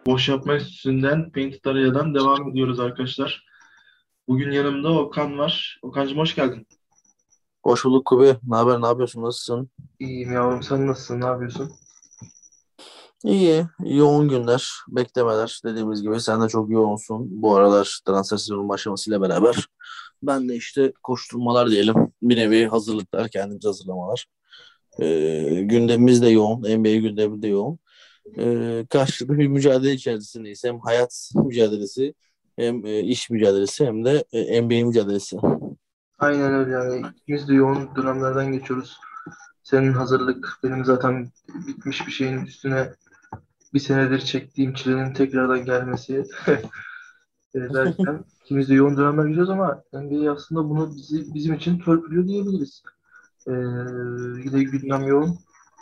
Boş yapma üstünden Painted Area'dan devam ediyoruz arkadaşlar. Bugün yanımda Okan var. Okan'cığım hoş geldin. Hoş bulduk Kubi. Ne haber? Ne yapıyorsun? Nasılsın? İyiyim yavrum, sen nasılsın? Ne yapıyorsun? İyi. Yoğun günler. Beklemeler. Dediğimiz gibi sen de çok yoğunsun. Bu aralar transfer sezonun başlamasıyla beraber. Ben de işte koşturmalar diyelim. Bir nevi hazırlıklar, kendimizi hazırlamalar. Gündemimiz de yoğun. NBA gündemi de yoğun. Karşılıklı bir mücadele içerisindeyiz. Hem hayat mücadelesi hem iş mücadelesi hem de NBA mücadelesi. Aynen öyle yani. İkimiz de yoğun dönemlerden geçiyoruz. Senin hazırlık, benim zaten bitmiş bir şeyin üstüne bir senedir çektiğim çilenin tekrardan gelmesi derken ikimiz de yoğun dönemler geçiyoruz ama NBA aslında bunu bizim için törpülüyor diyebiliriz. Ee, Yine gündem yoğun.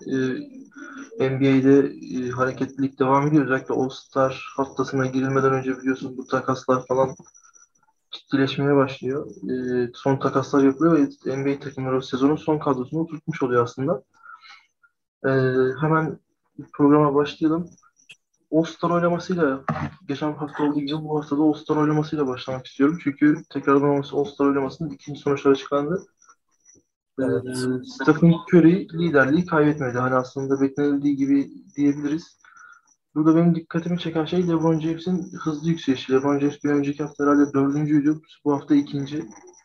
NBA'de hareketlilik devam ediyor. Özellikle All-Star haftasına girilmeden önce biliyorsun bu takaslar falan ciddileşmeye başlıyor. Son takaslar yapılıyor ve NBA takımları sezonun son kadrosunu oturtmuş oluyor aslında. Ee, Hemen programa başlayalım. All-Star oylamasıyla geçen hafta olduğu gibi bu hafta da All-Star oylamasıyla başlamak istiyorum. Çünkü tekrardan All-Star oylamasının ikinci sonuçları açıklandı. Evet. Stephen Curry liderliği kaybetmedi. Hani aslında beklenildiği gibi diyebiliriz. Burada benim dikkatimi çeken şey LeBron James'in hızlı yükselişi. LeBron James bir önceki hafta herhalde dördüncüydü. Bu hafta ikinci.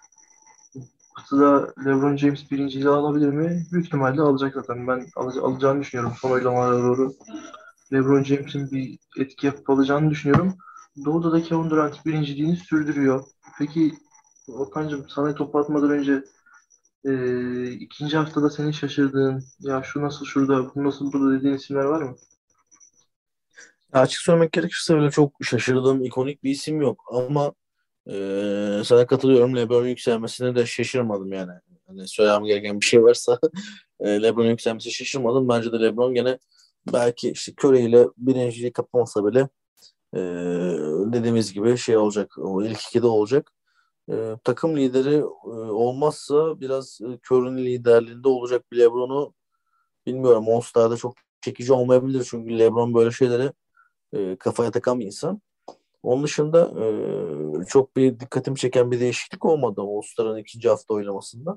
Haftada LeBron James birinciliği alabilir mi? Büyük ihtimalle alacak zaten. Ben alacağını düşünüyorum son oylamalara doğru. LeBron James'in bir etki yapıp alacağını düşünüyorum. Doğu'da da Kevin Durant birinciliğini sürdürüyor. Peki Okan'cığım sana topu atmadan önce ikinci haftada senin şaşırdığın ya şu nasıl şurada bu nasıl burada dediğin isimler var mı? Ya açık söylemek gerekirse öyle çok şaşırdığım ikonik bir isim yok ama sana katılıyorum. LeBron'un yükselmesine de şaşırmadım yani. Hani söylemem gereken bir şey varsa LeBron'un yükselmesi şaşırmadım. Bence de LeBron gene belki işte Curry ile birinciliği kapamasa bile e, dediğimiz gibi şey olacak. O ilk ikide olacak. Takım lideri olmazsa biraz Curry'nin liderliğinde olacak bir LeBron'u bilmiyorum. All-Star'da çok çekici olmayabilir. Çünkü LeBron böyle şeyleri kafaya takan bir insan. Onun dışında çok bir dikkatimi çeken bir değişiklik olmadı All-Star'ın ikinci hafta oylamasında.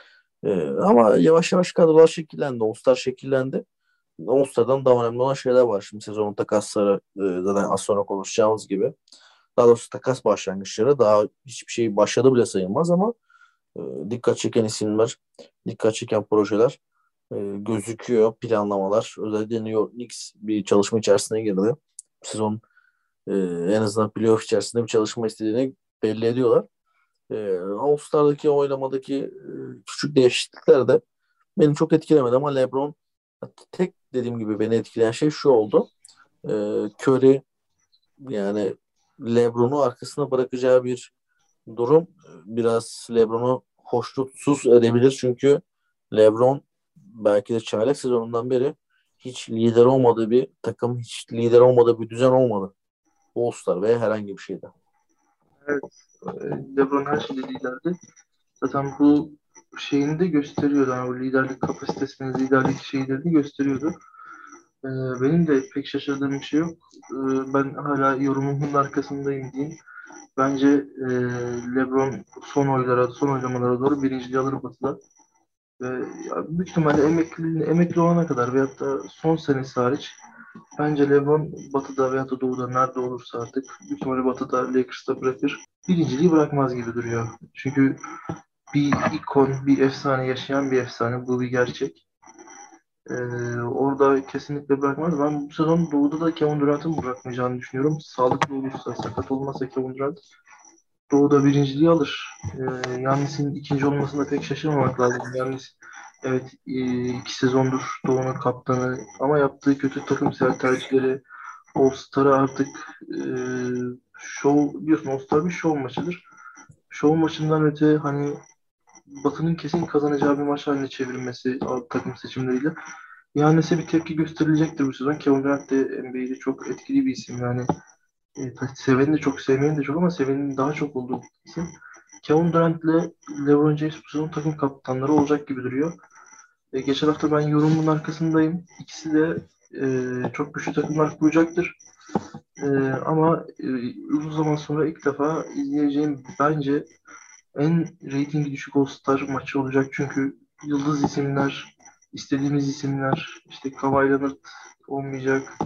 Ama yavaş yavaş kadrolar şekillendi. All-Star şekillendi. All-Star'dan daha önemli olan şeyler var. Şimdi sezonun takasları zaten az sonra konuşacağımız gibi. Daha doğrusu takas başlangıçları daha hiçbir şey başladı bile sayılmaz ama e, dikkat çeken isimler, dikkat çeken projeler gözüküyor. Planlamalar. Özellikle New York Knicks bir çalışma içerisine girdi. Sezon e, en azından playoff içerisinde bir çalışma istediğini belli ediyorlar. All-Star'daki oylamadaki küçük değişiklikler de beni çok etkilemedi ama LeBron tek dediğim gibi beni etkileyen şey şu oldu. E, Curry yani LeBron'u arkasına bırakacağı bir durum biraz LeBron'u hoşnutsuz edebilir. Çünkü LeBron belki de çaylak sezonundan beri hiç lider olmadığı bir takım, hiç lider olmadığı bir düzen olmadı. All-Star ve herhangi bir şeyde. Evet, LeBron her şeyde liderdi. Zaten bu şeyini de gösteriyordu. Yani o liderlik kapasitesini, liderlik şeyleri de gösteriyordu. Ee, Benim de pek şaşırdığım bir şey yok. Ben hala yorumumun arkasındayım diyeyim. Bence LeBron son oylamalara doğru birinciliği alır Batı'da. Ve ya büyük ihtimalle emekli olana kadar veyahut da son senesi hariç bence LeBron Batı'da veyahut da Doğu'da nerede olursa artık büyük ihtimalle Batı'da Lakers'ta bırakır. Birinciliği bırakmaz gibi duruyor. Çünkü bir ikon, bir efsane, yaşayan bir efsane. Bu bir gerçek. Orada kesinlikle bırakmaz. Ben bu sezon Doğu'da da Kevin Durant'ın bırakmayacağını düşünüyorum. Sağlıklı olursa, sakat olmazsa Kevin Durant Doğu'da birinciliği alır. Yannis'in ikinci olmasında pek şaşırmamak lazım. Yannis evet, 2 sezondur Doğu'nun kaptanı ama yaptığı kötü takımsal tercihleri All-Star'a artık e, biliyorsun All-Star bir şov maçıdır. Şov maçından öte hani Batı'nın kesin kazanacağı bir maç haline çevrilmesi alt takım seçimleriyle. Yannis'e bir tepki gösterilecektir bu sezon. Kevin Durant de NBA'de çok etkili bir isim. Yani seveni de çok, sevmeyeni de çok ama sevenin daha çok olduğu bir isim. Kevin Durant'le LeBron James bu sezon takım kaptanları olacak gibi duruyor. Geçen hafta ben yorumun arkasındayım. İkisi de çok güçlü takımlar kuracaktır. Ama uzun zaman sonra ilk defa izleyeceğim bence en reytingi düşük All-Star maçı olacak. Çünkü yıldız isimler, istediğimiz isimler, işte Kawhi Leonard olmayacak.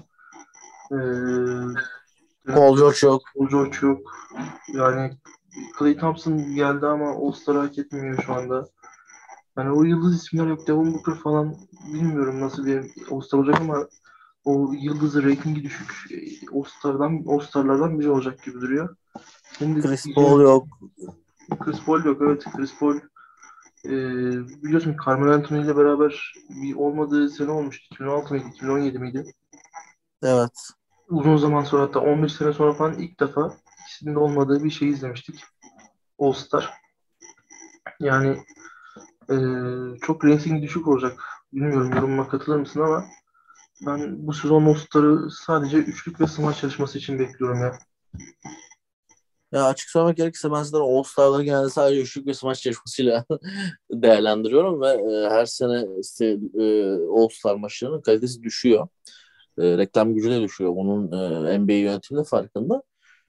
Paul George yok. Paul George yok. Yani Klay Thompson geldi ama All-Star hak etmiyor şu anda. Yani o yıldız isimler yok. Devin Booker falan bilmiyorum nasıl bir All-Star olacak ama o yıldızı reytingi düşük All-Star'lardan biri olacak gibi duruyor. Şimdi Chris diyeceğim Paul yok. Chris Paul yok. Evet, Chris Paul e, biliyorsun Carmelo Anthony ile beraber bir olmadığı sene olmuştu. 2016 mıydı? 2017 miydi? Evet. Uzun zaman sonra, hatta 11 sene sonra falan ilk defa ikisinin de olmadığı bir şey izlemiştik. All Star. Yani e, çok reyting düşük olacak. Bilmiyorum, yorumuma katılır mısın ama ben bu sezon All Star'ı sadece üçlük ve smaç yarışması için bekliyorum ya. Ya açık söylemek gerekirse ben zaten All-Star'ları genelde sadece üçlük ve smaç yarışmasıyla değerlendiriyorum ve her sene işte, All-Star maçlarının kalitesi düşüyor. Reklam gücü de düşüyor. Bunun NBA yönetimi de farkında.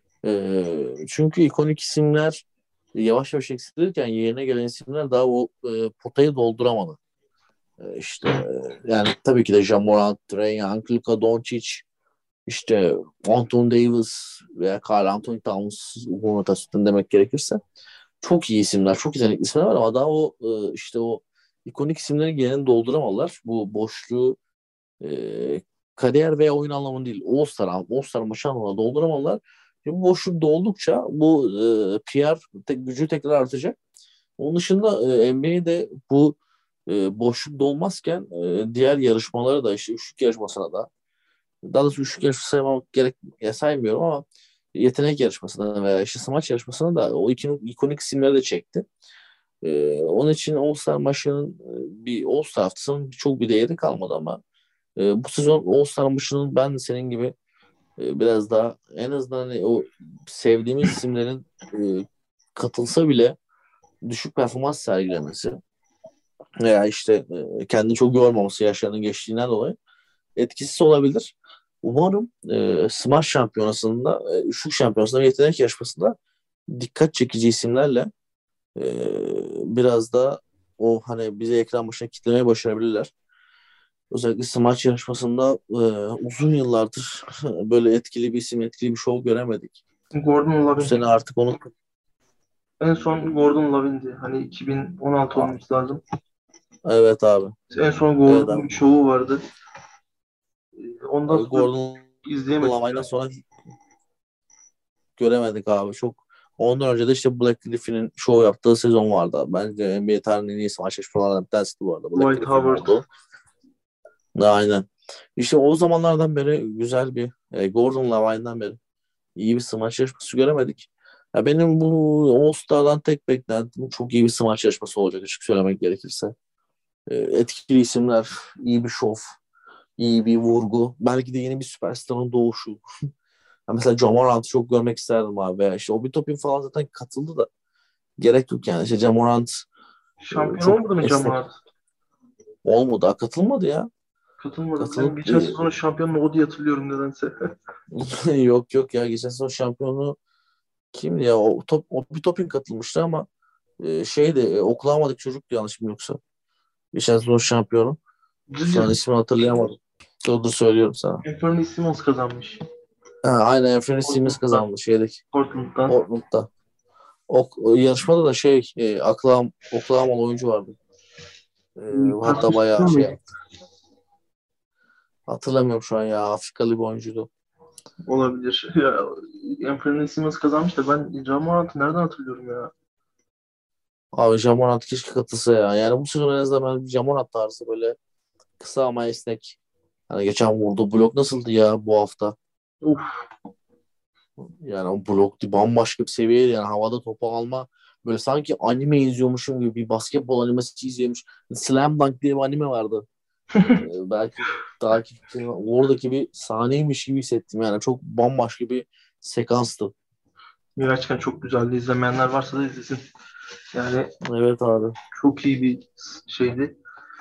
Çünkü ikonik isimler yavaş yavaş eksilirken yerine gelen isimler daha o potayı dolduramadı. İşte yani tabii ki de Ja Morant, Trae Young, Luka Doncic, işte Anthony Davis veya Karl Anthony Towns bu rotasyonu demek gerekirse çok iyi isimler, çok yetenekli isimler var ama daha o işte o ikonik isimlerin yerini dolduramadılar. Bu boşluğu e, kariyer veya oyun anlamında değil, All-Star maçı anlamında dolduramadılar. Şimdi bu boşluk doldukça bu PR gücü tekrar artacak. Onun dışında NBA'de bu boşluk dolmazken diğer yarışmalara da işte üçlük yarışmasına da daha doğrusu üçlük yarışması saymamak gerek saymıyorum ama yetenek yarışmasına veya işte smaç yarışmasına da o ikonik isimleri de çekti. Onun için All-Star maçının bir All-Star haftasının çok bir değeri kalmadı ama bu sezon All-Star maçının ben de senin gibi biraz daha en azından hani o sevdiğimiz isimlerin katılsa bile düşük performans sergilemesi veya işte kendini çok yormaması yaşlarının geçtiğinden dolayı etkisiz olabilir. Umarım Smash şampiyonasında, üçlük şampiyonasında ve yetenek yarışmasında dikkat çekici isimlerle e, biraz da o hani bizi ekran başına kitlemeyi başarabilirler. Özellikle Smash yarışmasında uzun yıllardır böyle etkili bir isim, etkili bir şov göremedik. Gordon Bu Lavin. sene artık onu. En son Gordon Lavin'di. Hani 2016 olması lazım. Evet abi. En son Evet Gordon'un abi. bir şovu vardı. Ondan Abi sonra Gordon izleyemedik Lavay'dan ya. sonra göremedik abi. Çok ondan önce de işte Black Griffin'in show yaptığı sezon vardı. Bence NBA tarihinin en iyi smaç yarışmalarından bir tanesi bu arada. Black Dwight Griffin'in Howard. oldu. Aynen. İşte o zamanlardan beri güzel bir Gordon Lavay'dan beri iyi bir smaç yarışması göremedik. Ya benim bu All-Star'dan tek beklentim çok iyi bir smaç yarışması olacak açık söylemek gerekirse. Etkili isimler, iyi bir şov, iyi bir vurgu. Belki de yeni bir süperstarın doğuşu. Ya mesela Ja Morant'ı çok görmek isterdim abi. Veya işte Obi Toppin falan zaten katıldı da gerek yok yani. İşte Ja Morant Şampiyon çok olmadı mı esnek Cemaat? olmadı. Daha katılmadı ya. Katılmadı. Ben Katılıp geçen sezon şampiyon o diye hatırlıyorum nedense. yok yok ya geçen sezon şampiyonu kimdi ya? Obi Toppin katılmıştı ama şeydi Oklahoma'daki çocuktu yanlış mı yoksa? Geçen sezon şampiyonu. Şu an Bridges, ismini hatırlayamadım. Dur söylüyorum sana. Anthony Simmons kazanmış. Ha, aynen Anthony Simons Portland'dan. kazandı şeydeki Portland'dan. Portland'da. O yarışmada da Oklahoma'lı oyuncu vardı. Hatta Karşılaştırma bayağı şey mıydı? yaptı. Hatırlamıyorum şu an ya. Afrikalı bir oyuncuydu. Olabilir. Ya, Anthony Simmons kazanmış da ben Jamorant'ı nereden hatırlıyorum ya? Abi Jamorant keşke katılsa ya. Yani bu sezon en azından ben Jamorant tarzı böyle kısa ama esnek. Hani geçen vurdu blok nasıldı ya bu hafta? Uf, Yani o blok bambaşka bir seviyeydi. Yani havada topu alma. Böyle sanki anime izliyormuşum gibi bir basketbol animesi izliyormuş. Slam Dunk diye bir anime vardı. Belki takipçi oradaki bir sahneymiş gibi hissettim. Yani çok bambaşka bir sekanstı. gerçekten çok güzeldi. İzlemeyenler varsa da izlesin. Yani Evet abi. çok iyi bir şeydi.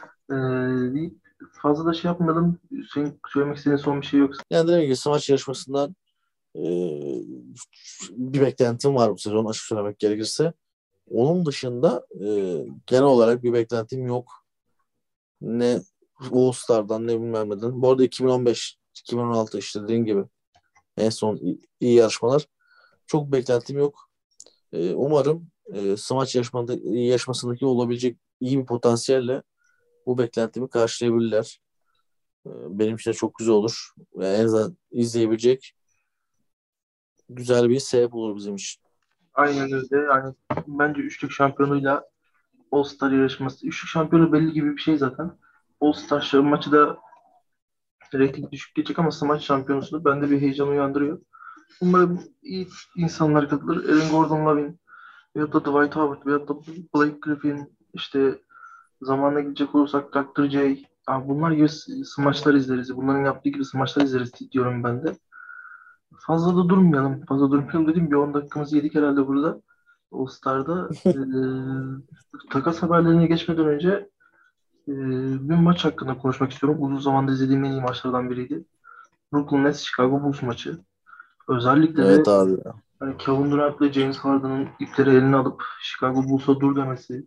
Bir fazla da şey yapmadım. Senin söylemek istediğin son bir şey yoksa. Yani dediğim gibi smaç yarışmasından bir beklentim var bu sezon açık söylemek gerekirse. Onun dışında genel olarak bir beklentim yok. Ne All-Star'dan ne bilmem neden. Bu arada 2015-2016 işte dediğim gibi en son iyi yarışmalar. Çok beklentim yok. Umarım smaç yarışmasındaki olabilecek iyi bir potansiyelle bu beklentimi karşılayabilirler. Benim için de çok güzel olur. Yani en azından izleyebilecek güzel bir sebep olur bizim için. Aynen öyle. Yani bence üçlük şampiyonuyla All-Star yarışması. Üçlük şampiyonu belli gibi bir şey zaten. All-Star maçı da reyting düşük geçecek ama smaç şampiyonası bende bir heyecan uyandırıyor. Umarım iyi insanlar katılır. Aaron Gordon Lavin veyahut da Dwight Howard veyahut da Blake Griffin işte zamanına gidecek olursak Dr. J. Ya bunlar gibi smaçlar izleriz. Bunların yaptığı gibi smaçlar izleriz diyorum ben de. Fazla da durmayalım. Fazla durmayalım dedim. Bir 10 dakikamızı yedik herhalde burada. All Star'da. Takas haberlerine geçmeden önce bir maç hakkında konuşmak istiyorum. Uzun zamandır izlediğim en iyi maçlardan biriydi. Brooklyn Nets Chicago Bulls maçı. Özellikle de Evet abi. hani Kevin Durant ve James Harden'ın ipleri eline alıp Chicago Bulls'a dur demesi.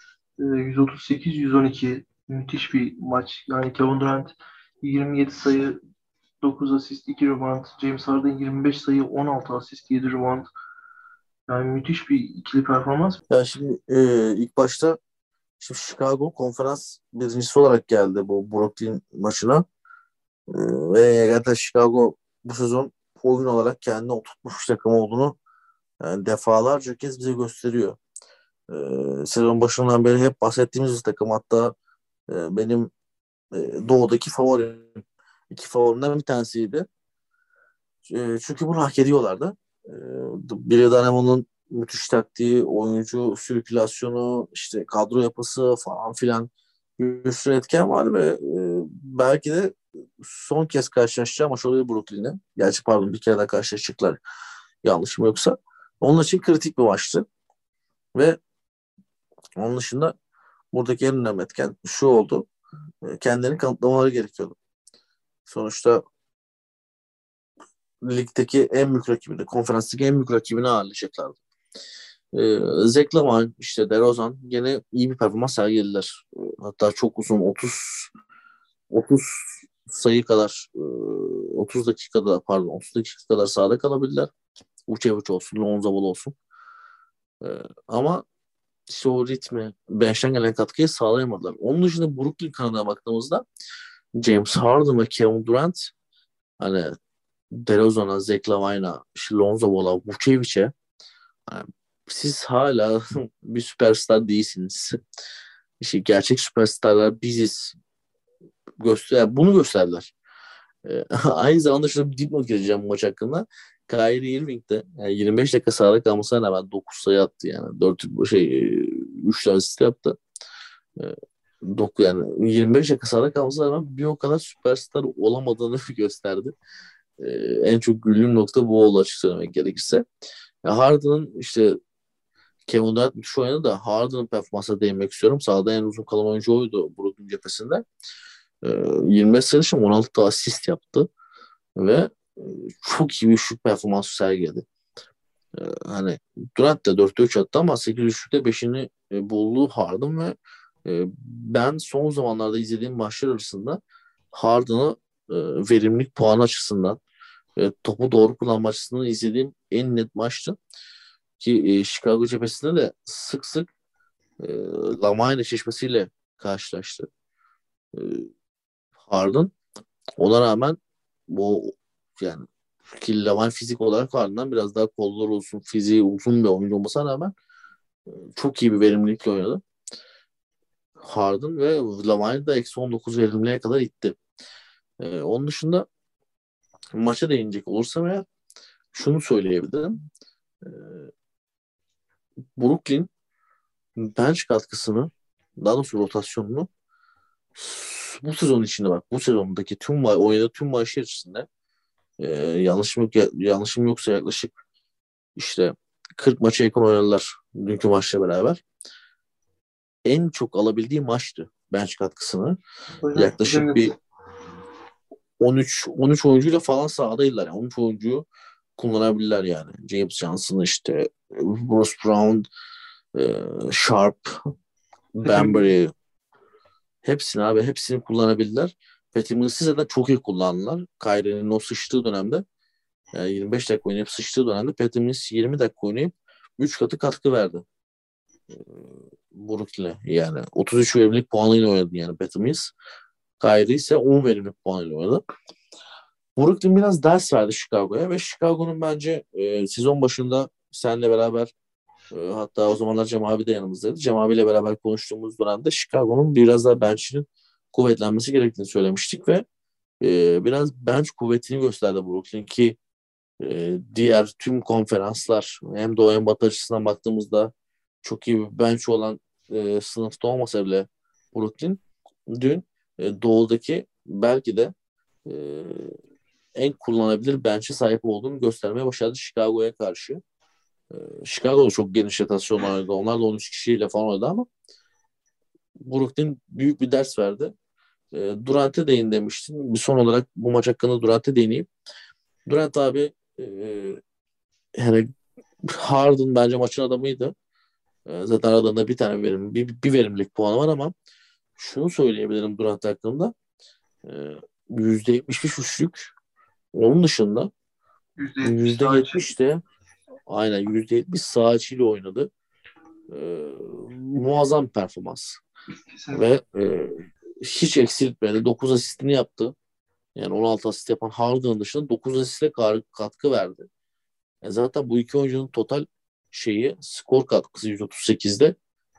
138-112 müthiş bir maç. Yani Kevin Durant 27 sayı, 9 asist, 2 rebound. James Harden 25 sayı, 16 asist, 7 rebound. Yani müthiş bir ikili performans. Ya şimdi ilk başta şimdi Chicago konferans birincisi olarak geldi bu Brooklyn maçına. Ve gerçekten Chicago bu sezon oyun olarak kendine oturtmuş takım olduğunu yani defalarca kez bize gösteriyor. Sezon başından beri hep bahsettiğimiz bir takım. Hatta benim doğudaki favorim. İki favorimden bir tanesiydi. Çünkü bunu hak ediyorlardı. Billy Donovan'ın müthiş taktiği, oyuncu sirkülasyonu, işte kadro yapısı falan filan bir sürü etken var ve belki de son kez karşılaşacağı maç oluyor Brooklyn'e. Gerçi pardon bir kere daha karşılaşacaklar yanlışım yoksa. Onun için kritik bir maçtı ve onun dışında buradaki en önemli etken şu oldu. Kendilerini kanıtlamaları gerekiyordu. Sonuçta ligdeki en büyük rakibini, konferanstaki en büyük rakibini ağırlayacaklardı. Zach Lavine, işte DeRozan gene iyi bir performans sergilediler. Hatta çok uzun 30 sayı kadar 30 dakikada pardon 30 dakika kadar sahada kalabildiler. Vucevic olsun, Lonzo Ball olsun. Ee, ama işte o ritmi, bench'ten gelen katkıyı sağlayamadılar. Onun dışında Brooklyn kanadına baktığımızda James Harden ve Kevin Durant hani DeRozan'a, Zach Lavine'a, işte Lonzo Ball'a, Vucevic'e yani siz hala bir süperstar değilsiniz. İşte gerçek süperstarlar biziz. Bunu gösterdiler. Aynı zamanda şurada bir dipnot gireceğim bu maç hakkında. Kyrie Irving de yani 25 dakika sahada kalmasına rağmen 9 sayı attı yani. 3 tane asist yaptı. E, yani 25 dakika sahada kalmasına rağmen bir o kadar süperstar olamadığını gösterdi. E, en çok güldüğüm nokta bu oldu açık söylemek gerekirse. Harden'ın işte Kevin Durant şu oynadı da Harden'ın performansına değinmek istiyorum. Sahada en uzun kalan oyuncu oydu Brooklyn cephesinde. 25 sayı dışında 16 da asist yaptı ve çok iyi bir şut performansı sergiledi. Hani Durant da 4'te 3 attı ama 8 üçlükte 5'ini buldu Harden ve ben son zamanlarda izlediğim maçlar arasında Harden'ı verimlilik puanı açısından topu doğru kullanma açısından izlediğim en net maçtı. Ki Chicago cephesinde de sık sık Lamine eşleşmesiyle karşılaştı. E, Harden. Ona rağmen bu yani ki Lamine fizik olarak Harden'dan biraz daha kolları uzun, fiziği uzun bir oyuncu olmasına rağmen çok iyi bir verimlilikle oynadı. Harden ve Lamine de -19 verimliliğe kadar itti. Onun dışında maça değinecek olursam eğer şunu söyleyebilirim. E, Brooklyn bench katkısını daha doğrusu rotasyonunu bu sezon içinde bak bu sezondaki oynadığı tüm maçlar içinde yanlışım yoksa yaklaşık işte 40 maça yakın oynadılar dünkü maçla beraber. En çok alabildiği maçtı bench katkısını. Hocam, Yaklaşık bir 13 oyuncuyla falan sahadaydılar. Yani 13 oyuncuyu kullanabilirler yani. James Johnson işte Bruce Brown, Sharp, Patty Mills. Bambury hepsini kullanabilirler. Patty Mills'i zaten çok iyi kullandılar. Kyrie'nin o sıçtığı dönemde, yani 25 dakika oynayıp sıçtığı dönemde Patty Mills 20 dakika oynayıp 3 katı katkı verdi. Brooklyn'e yani 33 verimlilik puanıyla oynadı yani Patty Mills. Kyrie ise 10 verimlilik puanıyla oynadı. Brooklyn biraz ders verdi Chicago'ya ve Chicago'nun bence sezon başında seninle beraber, hatta o zamanlar Cem abi de yanımızdaydı. Cem abiyle beraber konuştuğumuz dönemde Chicago'nun biraz daha bench'inin kuvvetlenmesi gerektiğini söylemiştik ve biraz bench kuvvetini gösterdi Brooklyn ki diğer tüm konferanslar hem Doğu hem Batı açısından baktığımızda çok iyi bir bench olan sınıfta olmasa bile Brooklyn dün Doğu'daki belki de e, en kullanılabilir bench'e sahip olduğunu göstermeye başardı Chicago'ya karşı. Chicago çok geniş rotasyon oynadı. Onlar da 13 kişiyle falan oynadı ama Brooklyn büyük bir ders verdi. Durant'e değin demiştin. Bir son olarak bu maç hakkında Durant'e değineyim. Durant abi yani Harden bence maçın adamıydı. Zaten aralarında bir tane bir verimlilik puanı var ama şunu söyleyebilirim Durant hakkında. E, %75 üçlük. Onun dışında %70 saha içi. %70 de aynen %70 sağ içiyle oynadı. E, Muazzam performans. Kesinlikle. Ve hiç eksiltmedi. 9 asistini yaptı. Yani 16 asist yapan Harden dışında 9 asiste katkı verdi. Zaten bu iki oyuncunun total skor katkısı 138'de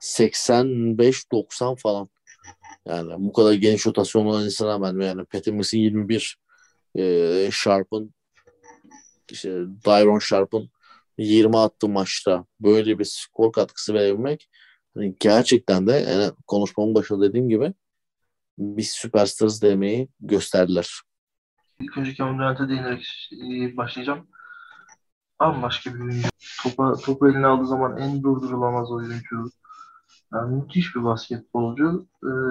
85-90 falan. Yani bu kadar geniş rotasyon olmasına rağmen yani Patty Mills'in 21, Sharp'ın işte Dyron Sharp'ın 20 attığı maçta böyle bir skor katkısı verebilmek hani gerçekten de yani konuşmamın başında dediğim gibi biz süperstars demeyi gösterdiler. İlk önce Kevin Durant'e değinerek başlayacağım. Bambaşka bir oyuncu. Topu eline aldığı zaman en durdurulamaz oyuncu. Yani müthiş bir basketbolcu.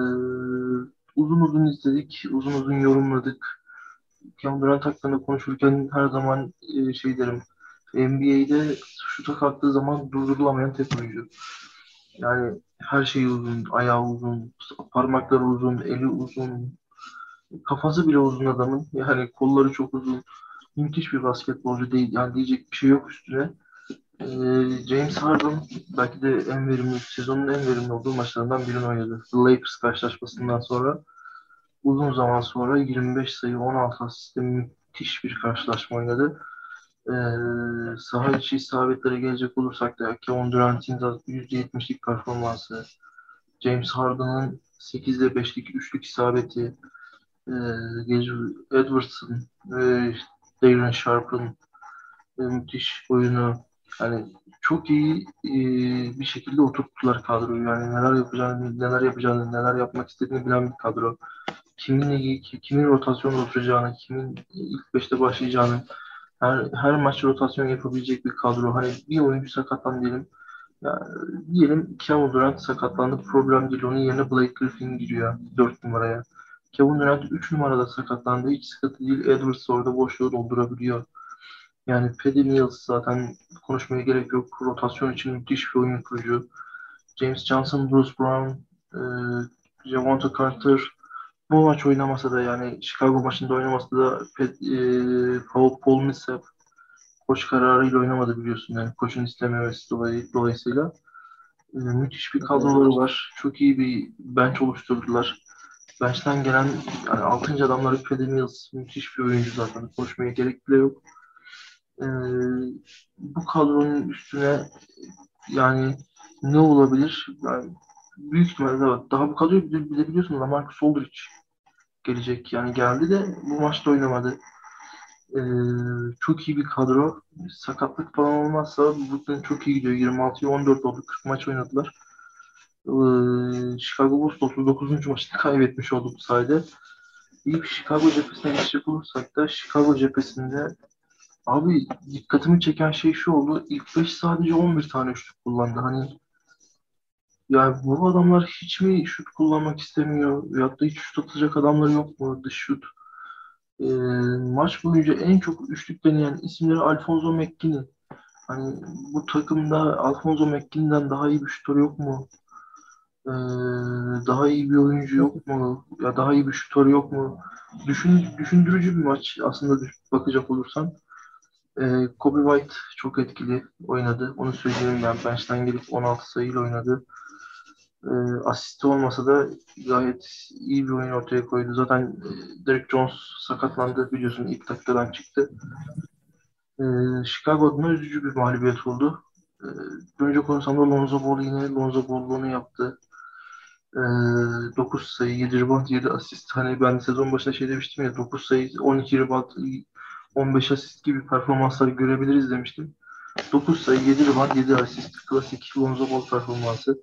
Uzun uzun izledik, uzun uzun yorumladık. Kevin Durant hakkında konuşurken her zaman şey derim. NBA'de şuta kalktığı zaman durdurulamayan tek oyuncu. Yani her şeyi uzun, ayağı uzun, parmakları uzun, eli uzun, kafası bile uzun adamın. Yani kolları çok uzun. Müthiş bir basketbolcu değil. Yani diyecek bir şey yok üstüne. James Harden belki de sezonun en verimli olduğu maçlarından birini oynadı. The Lakers karşılaşmasından sonra uzun zaman sonra 25 sayı 16 asistle müthiş bir karşılaşma oynadı. Saha içi isabetlere gelecek olursak da Kevin Durant'in de %70'lik performansı, James Harden'ın 8'de 5'lik üçlük isabeti, e, Edwards'ın, Darren Sharp'ın müthiş oyunu, yani çok iyi bir şekilde oturttular kadroyu. Yani neler yapmak istediğini bilen bir kadro. Kimin rotasyona oturacağını, kimin ilk beşte başlayacağını, her maç rotasyon yapabilecek bir kadro. Hani bir oyuncu sakatlan diyelim. Ya, diyelim Kevin Durant sakatlandı. Problem değil. Onun yerine Blake Griffin giriyor 4 numaraya. Kevin Durant 3 numarada sakatlandı. Hiç sıkıntı değil. Edwards orada boşluğu doldurabiliyor. Yani Patty Mills zaten konuşmaya gerek yok. Rotasyon için müthiş bir oyun kurucu. James Johnson, Bruce Brown, e, Javonte Carter bu maç oynamasa da yani Chicago maçında oynamasa da Paul Millsap koç kararıyla oynamadı biliyorsun. Yani koçun istememesi dolayısıyla. Müthiş bir kadroları var. Çok iyi bir bench oluşturdular. Bench'ten gelen yani 6. adamları Patty Mills müthiş bir oyuncu zaten. Konuşmaya gerek bile yok. Ee, Bu kadronun üstüne yani ne olabilir? Yani büyük ihtimalle daha bu kadroyu bilebiliyorsun. LaMarcus Aldridge gelecek. Yani geldi de bu maçta oynamadı. Ee, Çok iyi bir kadro. Sakatlık falan olmazsa Brooklyn çok iyi gidiyor. 26'ya 14 oldu. 40 maç oynadılar. Chicago Bulls 39. maçını kaybetmiş oldu bu sayede. İyi bir Chicago cephesine geçecek olursak da Chicago cephesinde abi dikkatimi çeken şey şu oldu. İlk 5 sadece 11 tane şut kullandı. Hani yani bu adamlar hiç mi şut kullanmak istemiyor? Ya da hiç şut atacak adamları yok mu? Dış şut. E, Maç boyunca en çok üçlük deneyen isimleri Alfonso McKinnie. Hani bu takımda Alfonso McKinney'den daha iyi bir şutör yok mu? Ee, Daha iyi bir oyuncu yok mu? Ya daha iyi bir şutör yok mu? Düşündürücü bir maç aslında bakacak olursan. Kobe White çok etkili oynadı. Onu söyleyeyim ben. Bench'ten gelip 16 sayıyla oynadı. Asisti olmasa da gayet iyi bir oyun ortaya koydu. Zaten Derrick Jones sakatlandı biliyorsun ilk dakikadan çıktı. Chicago adına üzücü bir mağlubiyet oldu. Önce konusunda Lonzo Ball yine Lonzo Ball'unu yaptı. 9 sayı, 7 rebound, 7 asist. Hani ben sezon başında şey demiştim ya 9 sayı, 12 rebound, 15 asist gibi performanslar görebiliriz demiştim. 9 sayı, 7 rebound, 7 asist. Klasik Lonzo Ball performansı.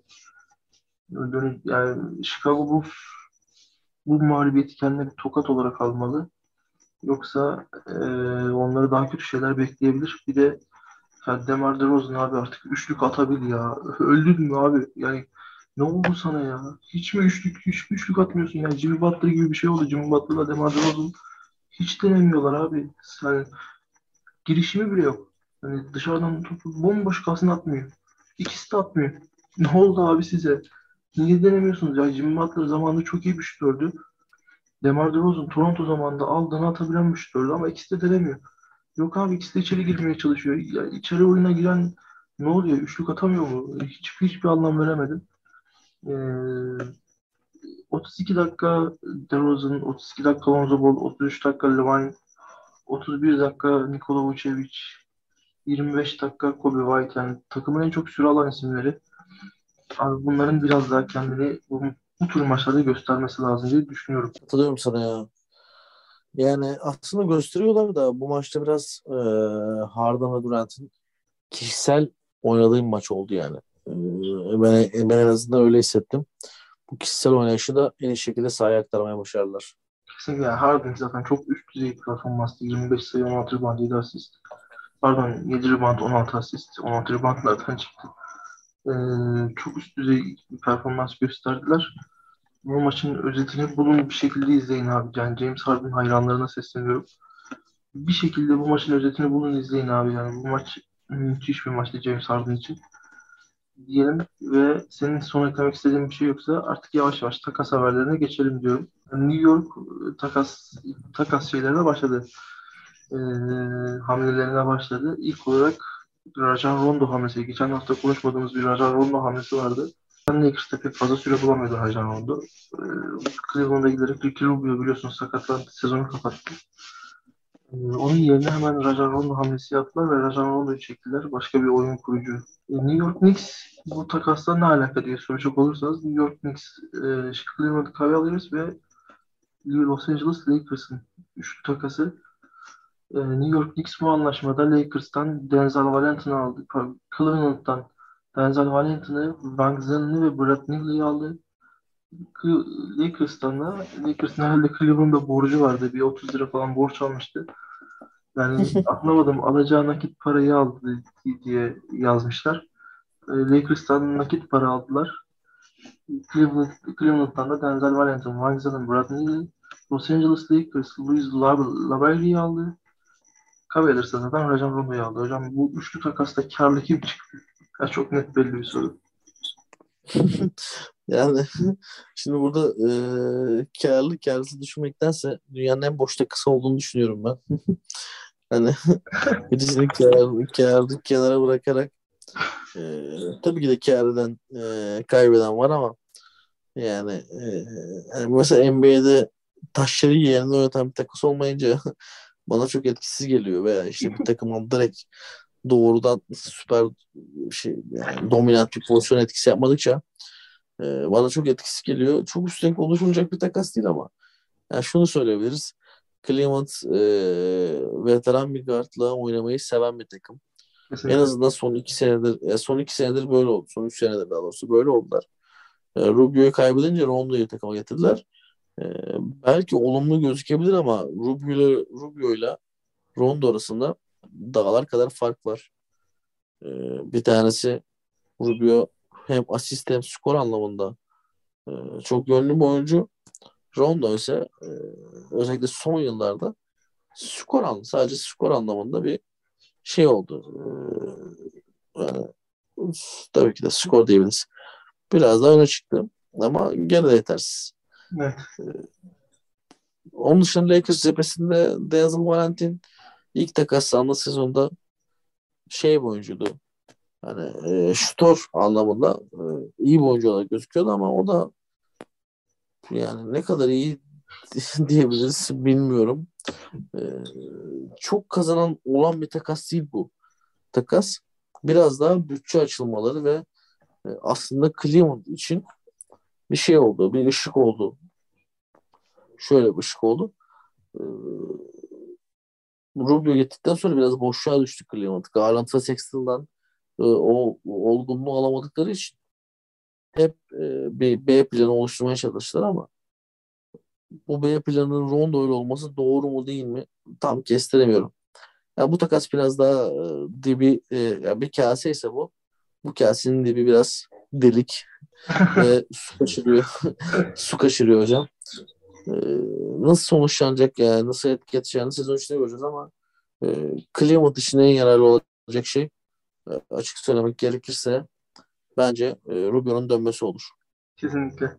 Yani Chicago Bulls bu mağlubiyeti kendine bir tokat olarak almalı. Yoksa onları daha kötü şeyler bekleyebilir. Bir de ya DeMar DeRozan abi artık üçlük atabil ya. Öldün mü abi? Yani ne oldu sana ya? Hiç mi üçlük atmıyorsun ya? Jimmy Butler gibi bir şey oldu. Jimmy Butler'la DeMar DeRozan hiç denemiyorlar abi. Yani girişimi bile yok. Hani dışarıdan topu bomboş kalsın atmıyor. İkisi de atmıyor. Ne oldu abi size? Niye denemiyorsunuz ya? Jimmy Butler zamanında çok iyi bir şutördü. DeMar DeRozan Toronto zamanında aldığını atabilen bir şutördü ama ikisi de denemiyor. Yok abi ikisi de içeri girmeye çalışıyor. Ya içeri oyuna giren ne oluyor? Üçlük atamıyor mu? Hiçbir anlam veremedim. Ee, 32 dakika DeRozan, 32 dakika Lonzo Ball, 33 dakika Levine, 31 dakika Nikola Vucevic, 25 dakika Kobe White. Yani takımın en çok süre alan isimleri. Abi bunların biraz daha kendini bu tür maçlarda göstermesi lazım diye düşünüyorum. Katılıyorum sana ya. Yani aslında gösteriyorlar da bu maçta biraz Harden ve Durant'in kişisel oynadığı maç oldu yani. Ben en azından öyle hissettim. Bu kişisel oynayışı da en iyi şekilde sahaya aktarmaya başardılar. Kesinlikle yani Harden zaten çok üst düzey bir performanstı. 25 sayı 16 rebound 7 asist. Pardon 7 rebound 16 asist. 16 reboundlardan çıktı. Çok üst düzey bir performans gösterdiler. Bu maçın özetini bulun bir şekilde izleyin abi. Yani James Harden hayranlarına sesleniyorum. Bir şekilde bu maçın özetini bulun izleyin abi. Yani bu maç müthiş bir maçtı James Harden için. Diyelim ve senin son eklemek istediğin bir şey yoksa artık yavaş yavaş takas haberlerine geçelim diyorum. Yani New York takas şeylerine başladı. Ee, Hamlelerine başladı. İlk olarak Rajon Rondo hamlesi. Geçen hafta konuşmadığımız bir Rajon Rondo hamlesi vardı. Lakers'ta pek fazla süre bulamıyordu Rajon Rondo. Cleveland'a giderek Ricky Rubio biliyorsunuz sakatlandı. Sezonu kapattı. Onun yerine hemen Rajon Rondo hamlesi yaptılar ve Rajon Rondo'yu çektiler. Başka bir oyun kurucu. New York Knicks bu takasla ne alaka diye soracak olursanız New York Knicks, Cleveland Cavaliers ve Los Angeles Lakers'ın üçlü takası. New York Knicks bu anlaşmada Lakers'tan Denzel Valentine aldı. Cleveland'dan Denzel Valentine'ı, Van Gundy'ni ve Brad Neely'i aldı. Lakers'ın herhalde Cleveland'da borcu vardı. Bir 30 lira falan borç almıştı. Yani anlamadım alacağı nakit parayı aldı diye yazmışlar. Lakers'tan nakit para aldılar. Cleveland'dan da Denzel Valentine, Van Gundy, Brad Neely, Los Angeles Lakers, Luis Lavalle'yi aldı. Cavaliers'a zaten Rajon Rondo'yu aldı. Hocam bu üçlü takasta karlı kim çıktı? Ya çok net belli bir soru. Yani şimdi burada karlı karsız düşünmektense dünyanın en boş takısı olduğunu düşünüyorum ben. Hani birisini kârı kenara bırakarak tabii ki de kâr eden kaybeden var ama yani, yani mesela NBA'de taşları yerine oynatan bir takıs olmayınca bana çok etkisiz geliyor veya işte bir takımın direkt doğrudan süper şey yani dominant bir pozisyon etkisi yapmadıkça bana çok etkisiz geliyor. Çok üstüne konuşulacak bir takas değil ama yani şunu söyleyebiliriz. Cleveland veteran bir guardla oynamayı seven bir takım. En Kesinlikle. azından son iki senedir böyle oldu. Son 3 senedir daha doğrusu böyle oldular. Rubio'yu kaybedince Rondo'yu takıma getirdiler. E, Belki olumlu gözükebilir ama Rubio'yla Rondo arasında dağlar kadar fark var. E, Bir tanesi Rubio hem asist hem skor anlamında çok yönlü bir oyuncu. Rondo ise özellikle son yıllarda Sadece skor anlamında bir şey oldu. Yani, tabii ki de skor diyebiliriz. Biraz daha öne çıktı. Ama gene de yetersiz. Evet. Onun dışında Lakers cephesinde Denzel Valentin ilk takaslandığı sezonda şey bir oyuncuydu. Hani şutör anlamında iyi bir oyuncu olarak gözüküyordu ama o da yani ne kadar iyi diyebiliriz bilmiyorum. E, Çok kazanan olan bir takas değil bu. Takas biraz daha bütçe açılmaları ve aslında Cleveland için bir şey oldu, bir ışık oldu. Şöyle bir ışık oldu. E, Rubio gittikten sonra biraz boşluğa düştü Cleveland. Garland ve Sexton'dan o olgunluğu alamadıkları için hep bir B planı oluşturmaya çalıştılar ama bu B planının Rondo öyle olması doğru mu değil mi? Tam kestiremiyorum. Ya bu takas biraz daha dibi ya bir kase ise bu kasenin dibi biraz delik ve su kaçırıyor. Su kaçırıyor hocam. E, Nasıl sonuçlanacak yani nasıl etki edeceğini sezon içinde göreceğiz ama Cleveland için en yararlı olacak şey açık söylemek gerekirse bence Rubio'nun dönmesi olur. Kesinlikle.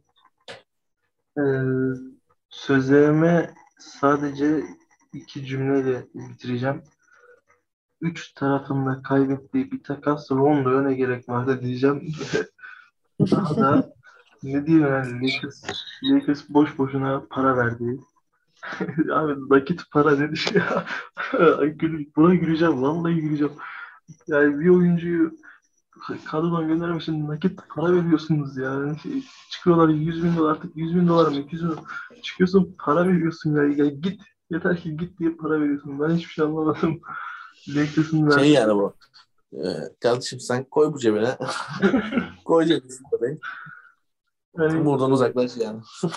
Ee, Sözlerime sadece iki cümleyle bitireceğim. Üç tarafında kaybettiği bir takas Rondo'ya ne gerek vardı diyeceğim. Daha da ne diyeyim yani Lakers boş boşuna para verdi. Abi nakit para nedir ya? Buna güleceğim. Vallahi güleceğim. Yani bir oyuncuyu kadrodan göndermek için nakit para veriyorsunuz yani. Çıkıyorlar 100 bin dolar artık 100 bin dolar mı 200 bin çıkıyorsun para veriyorsun ya. Git yeter ki git diye para veriyorsun. Ben hiçbir şey anlamadım. Lakers'ın Şey verdiği yani bu. Kardeşim sen koy bu cebine. Koy cebine parayı. yani Buradan uzaklaş yani.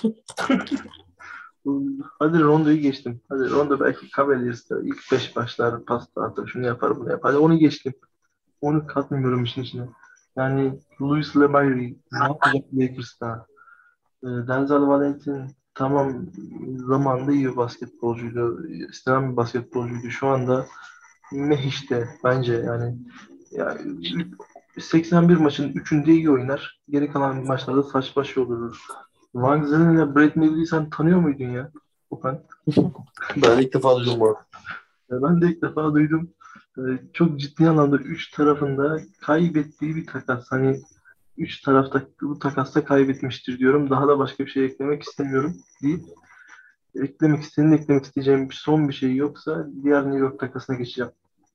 hadi Rondo'yu geçtim. Hadi Rondo belki Cavaliers'ta ilk 5 başlar pas dağıtır şunu yapar bunu yapar. Hadi onu geçtim. Onu katmıyorum işin içine. Yani Louis LeMahieu ne yapacak Lakers'ta? Denzel Valentin tamam zamanında iyi bir basketbolcuydu. İstenen bir basketbolcuydu. Şu anda meh işte bence yani 81 maçın 3'ünde iyi oynar. Geri kalan maçlarda saç baş olur. Van Giselen ile Brad Millery'i sen tanıyor muydun ya? Okan. Ben ilk defa duydum bu arada. Ben de ilk defa duydum. Çok ciddi anlamda üç tarafında kaybettiği bir takas. Hani üç tarafta bu takasta kaybetmiştir diyorum. Daha da başka bir şey eklemek istemiyorum deyip eklemek isteyeceğim son bir şey yoksa diğer New York takasına geçeceğim.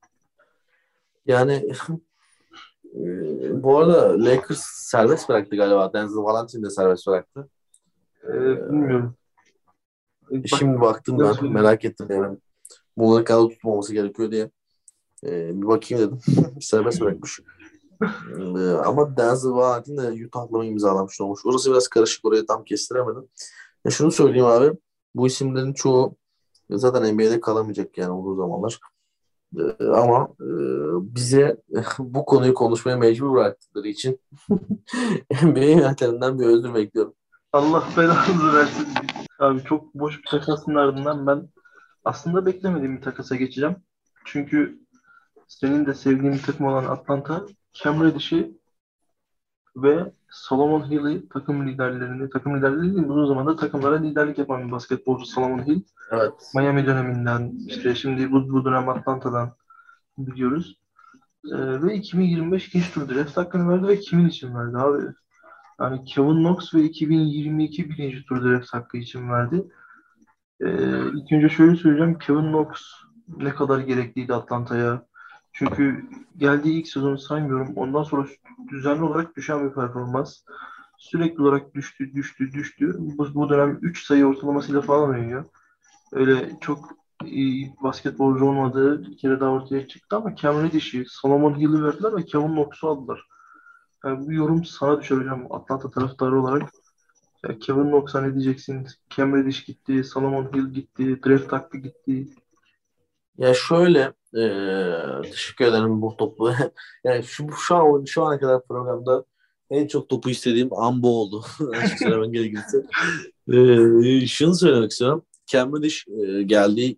Yani bu arada Lakers serbest bıraktı galiba. Denzel Valentin de serbest bıraktı. Bilmiyorum. Bak Şimdi baktım ben ben. söyleyeyim. Merak ettim yani. Bunları kadar tutmaması gerekiyor diye. Bir bakayım dedim. Serbest bırakmış. Ama Denzel Valentin de Utah'la mı imzalamış olmuş. Orası biraz karışık. Orayı tam kestiremedim. Şunu söyleyeyim abi. Bu isimlerin çoğu zaten NBA'de kalamayacak yani uzun zamanlar. Ama bize bu konuyu konuşmaya mecbur bıraktıkları için NBA yönetimlerinden bir özür bekliyorum. Allah belanızı versin. Abi çok boş bir takasın ardından ben aslında beklemediğim bir takasa geçeceğim. Çünkü senin de sevdiğin bir takım olan Atlanta, Cam Reddish'i ve Solomon Hill'i takım liderleri değil, uzun zamandır takımlara liderlik yapan bir basketbolcu Solomon Hill. Evet. Miami döneminden, işte şimdi bu dönem Atlanta'dan biliyoruz. Ve 2025 ikinci tur draft hakkını verdi ve kimin için verdi abi? Yani Kevin Knox ve 2022 birinci tur draft hakkı için verdi. İlk önce şöyle söyleyeceğim. Kevin Knox ne kadar gerekliydi Atlanta'ya. Çünkü geldiği ilk sezonu saymıyorum. Ondan sonra düzenli olarak düşen bir performans. Sürekli olarak düştü. Bu dönem 3 sayı ortalamasıyla falan oynuyor. Öyle çok iyi basketbolcu olmadığı bir kere daha ortaya çıktı ama Cam Reddish'i, Solomon Hill'i verdiler ve Kevin Knox'u aldılar. Yani bu yorum sana düşer hocam Atlanta taraftarı olarak. Ya Kevin Knox'a ne diyeceksin? Cam Reddish gitti, Solomon Hill gitti, draft hakkı gitti. Ya şöyle teşekkür ederim bu topu. Yani şu ana kadar programda en çok topu istediğim an bu oldu. Açık söylemen gerekirse. Şunu söylemek istiyorum. Cam Reddish geldiği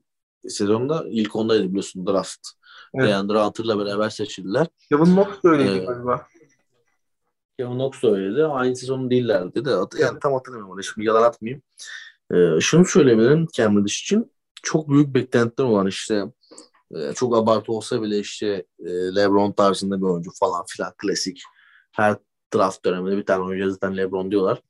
sezonda ilk ondaydı biliyorsun draft. Evet. DeAndre Hunter'la beraber seçildiler. Kevin Knox da öyleydi Ee, galiba. Kevin Knox da öyleydi. Aynı sezon değillerdi de yani Evet. tam hatırlamıyorum onu. Şimdi yalan atmayayım. Şunu söyleyebilirim Cam Reddish için. Çok büyük beklentiler olan işte çok abartı olsa bile işte LeBron tarzında bir oyuncu falan filan klasik. Her draft döneminde bir tane oyuncu zaten LeBron diyorlar.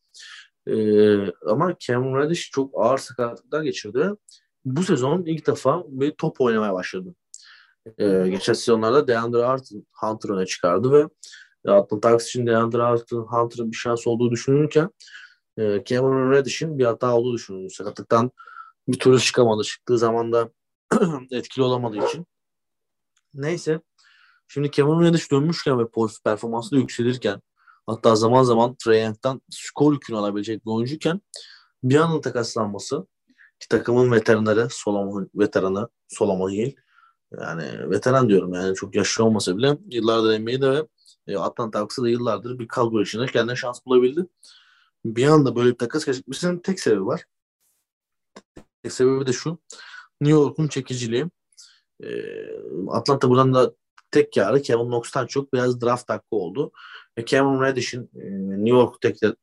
Ama Cam Reddish çok ağır sakatlıklar geçirdi. Bu sezon ilk defa bir top oynamaya başladı. Geçen sezonlarda DeAndre Hunter öne çıkardı ve Atlanta Hawks için DeAndre Hunter'ın bir şans olduğu düşünülürken Cameron Reddish'in bir hata olduğu düşünülüyor. Sakatlıktan bir türlü çıkamadı. Çıktığı zaman da etkili olamadığı için. Neyse. Şimdi Cameron Reddish dönmüşken ve performansı da yükselirken hatta zaman zaman Trae Young'dan skor yükünü alabilecek bir oyuncuyken bir anda takaslanması ki takımın veteranı Solomon Hill yani veteran diyorum yani çok yaşlı olmasa bile yıllardır NBA'de ve Atlanta Hawks'da da yıllardır bir kadro içinde kendine şans bulabildi. Bir anda böyle bir takas gerçekleşmesinin tek sebebi var. Tek sebebi de şu. New York'un çekiciliği. Atlanta buradan da tek yarı Kevin Knox'tan çok biraz draft hakkı oldu. Cameron Reddish'in New York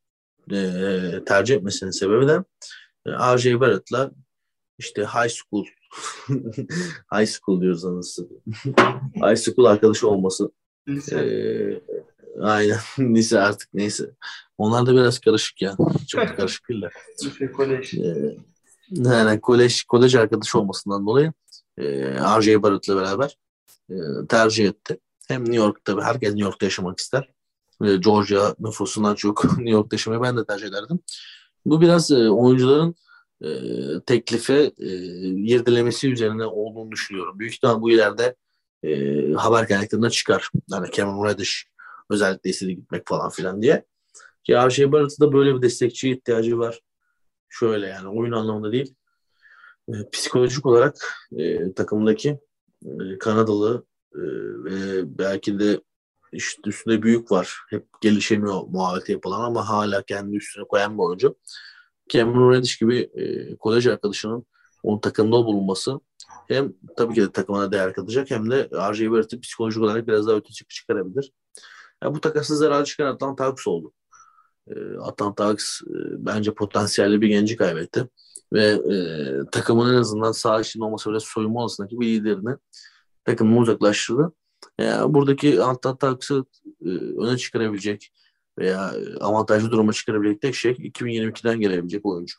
tercih etmesinin sebebi de R.J. Barrett'la işte high school high school diyoruz anasını. High school arkadaşı olması. Lise. Ee, aynen. Lise artık neyse. Onlar da biraz karışık ya. Çok da karışık değiller. Lise, kolej. Yani kolej arkadaşı olmasından dolayı R.J. Barrett'la beraber tercih etti. Hem New York'ta herkes New York'ta yaşamak ister. Georgia nüfusundan çok New York'ta yaşamayı ben de tercih ederdim. Bu biraz oyuncuların teklife irdelemesi üzerine olduğunu düşünüyorum. Büyük ihtimal bu ileride haber kaynaklarına çıkar. Yani Cameron Reddish özellikle istedi gitmek falan filan diye. Ki R.J. Barrett'ın da böyle bir destekçiye ihtiyacı var. Şöyle yani oyun anlamında değil. Psikolojik olarak takımdaki Kanadalı ve belki de işte üstünde büyük var. Hep gelişemiyor muhabbeti yapılan ama hala kendi üstüne koyan bir oyuncu. Cameron Reddish gibi kolej arkadaşının onun takımda bulunması hem tabii ki de takımına değer katacak hem de R.J. Barrett'ı psikolojik olarak biraz daha öte çıkarabilir. Yani bu takası zararı çıkan Atlanta Hawks oldu. Atlanta Hawks bence potansiyelli bir genci kaybetti. Ve takımın en azından sağ içinde olmasa bile soyunma odasındaki bir liderini takımını uzaklaştırdı. Buradaki Atlanta Hawks'ı öne çıkarabilecek veya avantajlı duruma çıkarabilecek tek şey 2022'den gelebilecek oyuncu.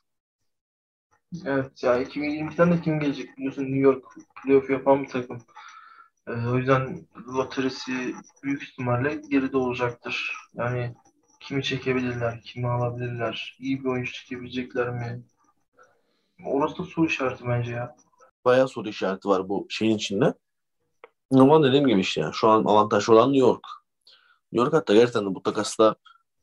Evet ya 2022'den de kim gelecek biliyorsun New York playoff yapan bir takım. O yüzden lotarisi büyük ihtimalle geride olacaktır. Yani kimi çekebilirler, kimi alabilirler, iyi bir oyuncu çekebilecekler mi? Orası da soru işareti bence ya. Bayağı soru işareti var bu şeyin içinde. Ama dediğim gibi işte yani şu an avantajlı olan New York. New York hatta gerçekten de bu takasla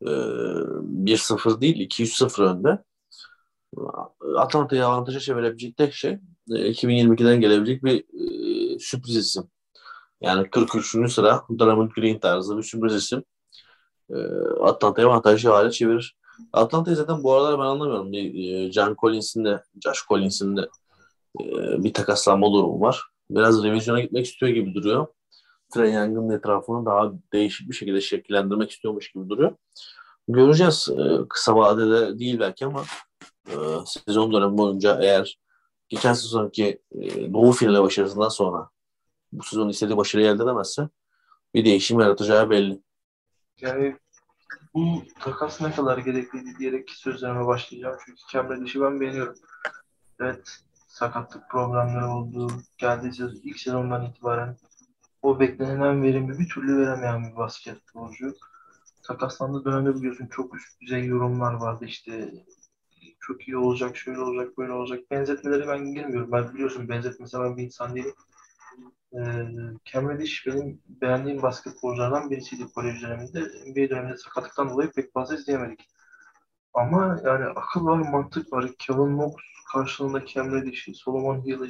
1-0 değil 2-3-0 önde. Atlanta'yı avantaja çevirebilecek tek şey 2022'den gelebilecek bir sürpriz isim. Yani 43. sıra Draymond Green tarzı bir sürpriz isim. E, Atlanta'yı avantajlı hale çevirir. Atlanta'yı zaten bu aralar ben anlamıyorum. Josh Collins'in de bir takaslanma durumu var. Biraz revizyona gitmek istiyor gibi duruyor. Trae Young'ın etrafını daha değişik bir şekilde şekillendirmek istiyormuş gibi duruyor. Göreceğiz. Kısa vadede değil belki ama e, sezon dönemi boyunca eğer geçen sezonki Doğu finali başarısından sonra bu sezon istediği başarıyı elde edemezse bir değişim yaratacağı belli. Yani bu takas ne kadar gerekliydi diyerek sözlerime başlayacağım. Çünkü Cam Reddish'i ben beğeniyorum. Evet, sakatlık problemleri oldu. Geldiği ilk sezondan itibaren o beklenen verimi bir türlü veremeyen bir basketbolcu. Takaslandığı dönemde biliyorsun çok üst düzey yorumlar vardı işte çok iyi olacak, şöyle olacak, böyle olacak. Benzetmeleri ben girmiyorum. Ben biliyorsun benzetme seven bir insan değilim. Cam Reddish benim beğendiğim basketbolculardan birisiydi kolej döneminde. NBA döneminde sakatlıktan dolayı pek fazla izleyemedik. Ama yani akıl var, mantık var. Kevin Knox karşılığında Cam Reddish'i, Solomon Hill'ı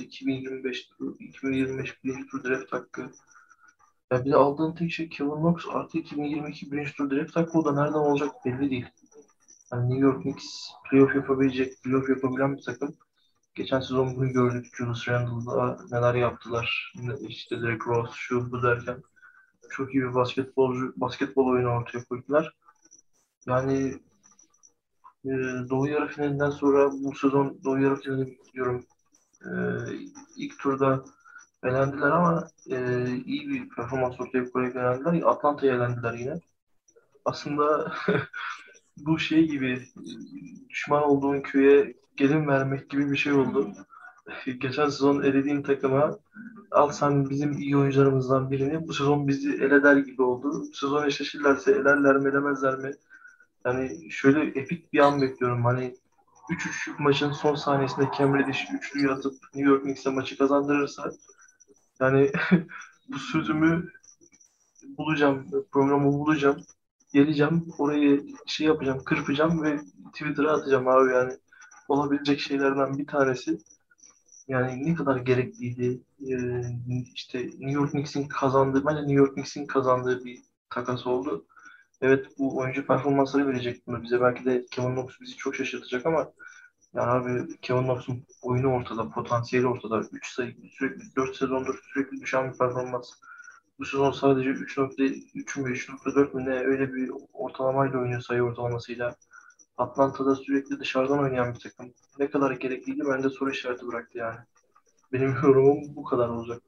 2025 birinci tur draft hakkı. Ya bir de aldığın tek şey Kevin Knox artı 2022 birinci tur draft hakkı o da nereden olacak belli değil. Yani New York Knicks playoff yapabilecek, playoff yapabilen bir takım. Geçen sezon bunu gördük. Julius Randle'da neler yaptılar. İşte Derrick Rose şu bu derken çok iyi bir basketbol oyunu ortaya koydular. Yani e, Doğu yarı finalinden sonra bu sezon Doğu yarı finali diyorum. E, ilk turda elendiler ama iyi bir performans ortaya koyarak elendiler. Atlanta'ya elendiler yine. Aslında bu şey gibi düşman olduğun köye gelin vermek gibi bir şey oldu. Geçen sezon elediğin takıma al sen bizim iyi oyuncularımızdan birini bu sezon bizi eleder gibi oldu. Bu sezon eşleşirlerse elerler mi elemezler mi? Yani şöyle epik bir an bekliyorum. Hani 3-3'lük maçın son saniyesinde Cam Reddish üçlüyü atıp New York Knicks'e maçı kazandırırsa yani bu sözümü bulacağım, programı bulacağım, geleceğim, orayı şey yapacağım, kırpacağım ve Twitter'a atacağım abi yani. Olabilecek şeylerden bir tanesi. Yani ne kadar gerekliydi. İşte New York Knicks'in kazandığı, bence New York Knicks'in kazandığı bir takas oldu. Evet bu oyuncu performansları verecek bunu bize. Belki de Kevin Knox bizi çok şaşırtacak ama yani abi Kevin Knox'un oyunu ortada, potansiyeli ortada. 3 sayı, sürekli 4 sezondur sürekli düşen bir performans. Bu sezon sadece 3.3 mü 3.4 mü ne öyle bir ortalamayla oynuyor sayı ortalamasıyla. Atlanta'da sürekli dışarıdan oynayan bir takım. Ne kadar gerekliydi bende soru işareti bıraktı yani. Benim yorumum bu kadar olacak.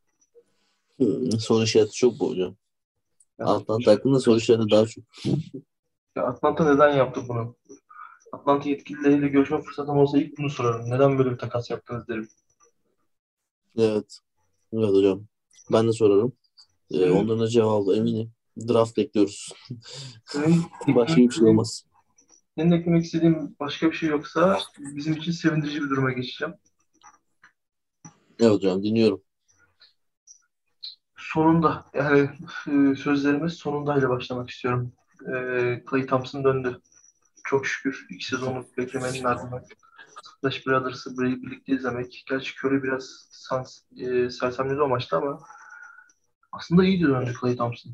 Soru işareti çok bu hocam. Yani Atlanta hakkında soru işareti daha çok. Atlanta neden yaptı bunu? Atlanta yetkilileriyle görüşme fırsatım olsa ilk bunu sorarım. Neden böyle bir takas yaptınız derim. Evet. Evet hocam. Ben de sorarım. Senin, Onların da cevabı eminim. Draft bekliyoruz. senin Başka eklemek bir şey istediğin, olmaz. senin eklemek istediğin başka bir şey yoksa bizim için sevindirici bir duruma geçeceğim. Evet hocam dinliyorum. Sonunda yani sözlerimiz sonundayla başlamak istiyorum. Klay Thompson döndü. Çok şükür 2 sezonluk beklemenin ardından Splash Brothers'ı birlikte izlemek. Gerçi Curry biraz sersemledi o maçta ama aslında iyi de döndü Klay Thompson.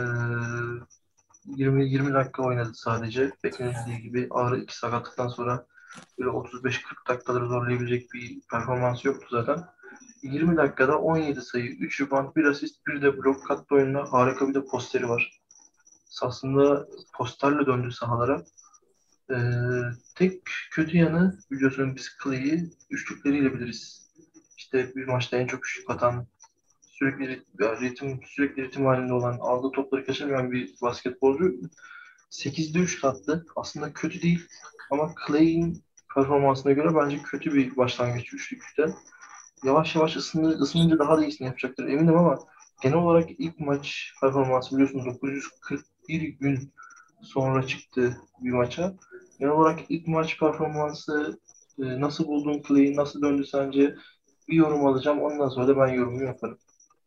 20 dakika oynadı sadece. Beklenildiği gibi ağır iki sakatlıktan sonra böyle 35-40 dakikaları zorlayabilecek bir performansı yoktu zaten. 20 dakikada 17 sayı, 3 rebound, 1 asist, 1 de blok kattı oyununa harika bir de posteri var. Aslında posterle döndü sahalara. Ee, tek kötü yanı biliyorsun biz Clay'i üçlükleriyle biliriz. İşte bir maçta en çok üçlük atan, sürekli ritim halinde olan, aldığı topları kaçırmayan bir basketbolcu. 8'de 3 attı. Aslında kötü değil ama Clay'in performansına göre bence kötü bir başlangıç üçlükten. Yavaş yavaş ısınınca daha da iyisini yapacaktır eminim ama genel olarak ilk maç performansı biliyorsunuz 941 gün sonra çıktı bir maça. Genel olarak ilk maç performansı nasıl buldun Clay'i, nasıl döndü sence? Bir yorum alacağım. Ondan sonra da ben yorumumu yaparım.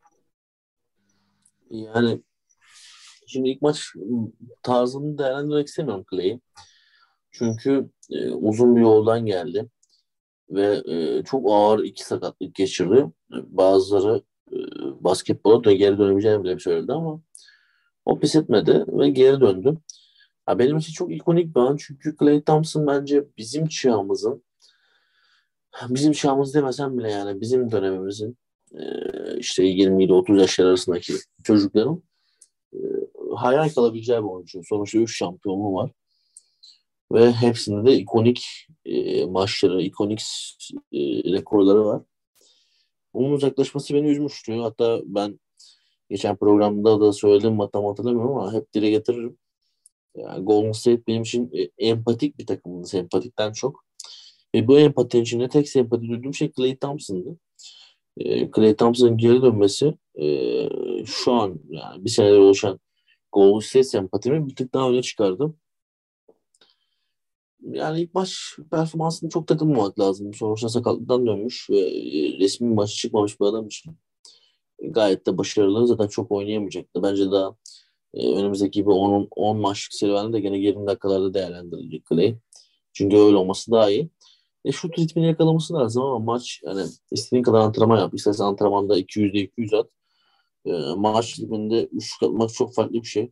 Yani şimdi ilk maç tarzını değerlendirmek istemiyorum Clay'i. Çünkü uzun bir yoldan geldi ve çok ağır iki sakatlık geçirdi. Bazıları e, basketbola da geri dönebileceğini bile söyledi ama o pes etmedi ve geri döndü. Ha, benim için çok ikonik bir an çünkü Klay Thompson bence bizim çağımız demesem bile yani bizim dönemimizin işte 20 ile 30 yaşlar arasındaki çocukların e, hayal kalabileceği bir oyuncu. Sonuçta 3 şampiyonluğu var ve hepsinde de ikonik maçları, ikonik rekorları var. Onun uzaklaşması beni üzmüştü. Hatta ben geçen programda da söyledim mi tam hatırlamıyorum ama hep dile getiririm. Yani Golden State benim için empatik bir takımdı. Sempatikten çok. Ve bu empatinin içinde tek sempati duyduğum şey Klay Thompson'dı. Klay Thompson'ın geri dönmesi şu an yani bir senedir oluşan Golden State sempatimi bir tık daha öne çıkardı. Yani ilk maç performansını çok takılmamak lazım. Sonuçta sakatlıktan dönmüş ve resmi maçı çıkmamış bir adam için gayet de başarılı. Zaten çok oynayamayacaktı. Bence daha önümüzdeki gibi 10 maçlık serüvende de gene 20 dakikalarda değerlendirilecek Clay. Çünkü öyle olması daha iyi. Şut ritmini yakalaması lazım ama maç yani istediğin kadar antrenman yap. İstersen antrenmanda 200'de 200 at. Maç ritminde üçlük atmak çok farklı bir şey.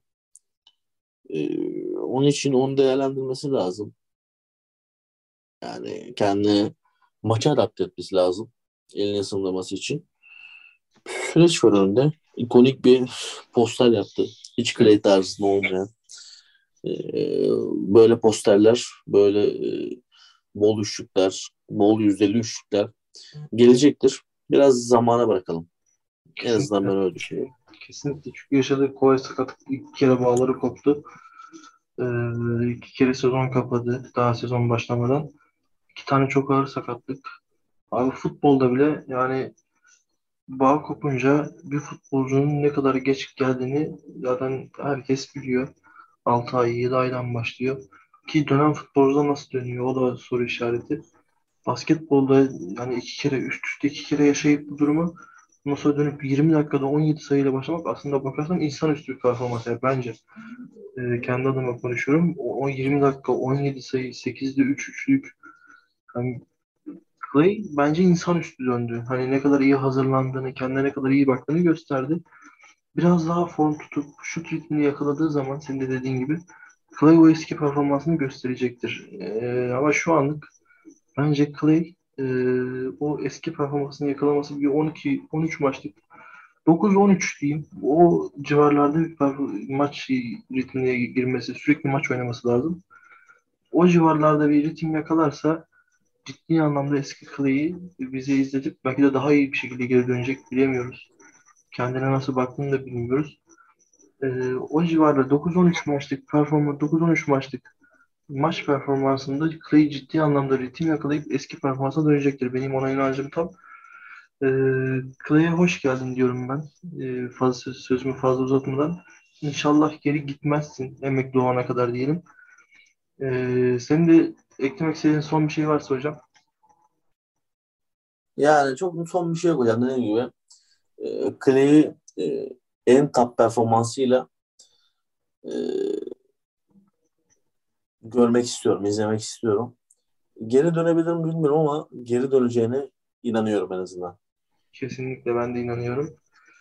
Onun için onu değerlendirmesi lazım. Yani kendini maça adapte etmesi lazım. Elini ısınlaması için. Süreç var önünde. İkonik bir poster yaptı. Hiç Clay tarzında olmayan. Böyle posterler, böyle bol üçlükler, bol yüzdeli üçlükler gelecektir. Biraz zamana bırakalım. En azından Kesinlikle. ben öyle düşünüyorum. Kesinlikle. Çünkü yaşadığı kolay sakatlık iki kere bağları koptu. İki kere sezon kapadı. Daha sezon başlamadan. İki tane çok ağır sakatlık. Abi futbolda bile yani bağ kopunca bir futbolcunun ne kadar geç geldiğini zaten herkes biliyor. 6 ay, 7 aydan başlıyor. Ki dönem futbolcuda nasıl dönüyor o da soru işareti. Basketbolda yani iki kere üst üste iki kere yaşayıp bu durumu ondan sonra dönüp 20 dakikada 17 sayıyla başlamak aslında bakarsan insanüstü bir performans yani bence. Kendi adıma konuşuyorum. O 20 dakika 17 sayı 8'de 3 üçlük. Yani Clay bence insanüstü döndü. Hani ne kadar iyi hazırlandığını, kendine ne kadar iyi baktığını gösterdi. Biraz daha form tutup şut ritmini yakaladığı zaman senin de dediğin gibi Clay o eski performansını gösterecektir. Ama şu anlık bence Clay o eski performansını yakalaması bir 12-13 maçlık 9-13 diyeyim. O civarlarda bir maç ritmine girmesi, sürekli maç oynaması lazım. O civarlarda bir ritim yakalarsa ciddi anlamda eski Clay'i bize izletip belki de daha iyi bir şekilde geri dönecek bilemiyoruz. Kendine nasıl baktığını da bilmiyoruz. O civarda 9-13 maçlık performans 9-13 maçlık maç performansında Clay ciddi anlamda ritim yakalayıp eski performansa dönecektir. Benim ona inancım tam. Clay'e hoş geldin diyorum ben. Sözümü fazla uzatmadan. İnşallah geri gitmezsin emekli olana kadar diyelim. Senin de eklemek istediğin son bir şey varsa hocam. Yani çok son bir şey yok hocam. Dediğim gibi Clay'i en top performansıyla e, görmek istiyorum, izlemek istiyorum. Geri dönebilir mi bilmiyorum ama geri döneceğine inanıyorum en azından. Kesinlikle ben de inanıyorum.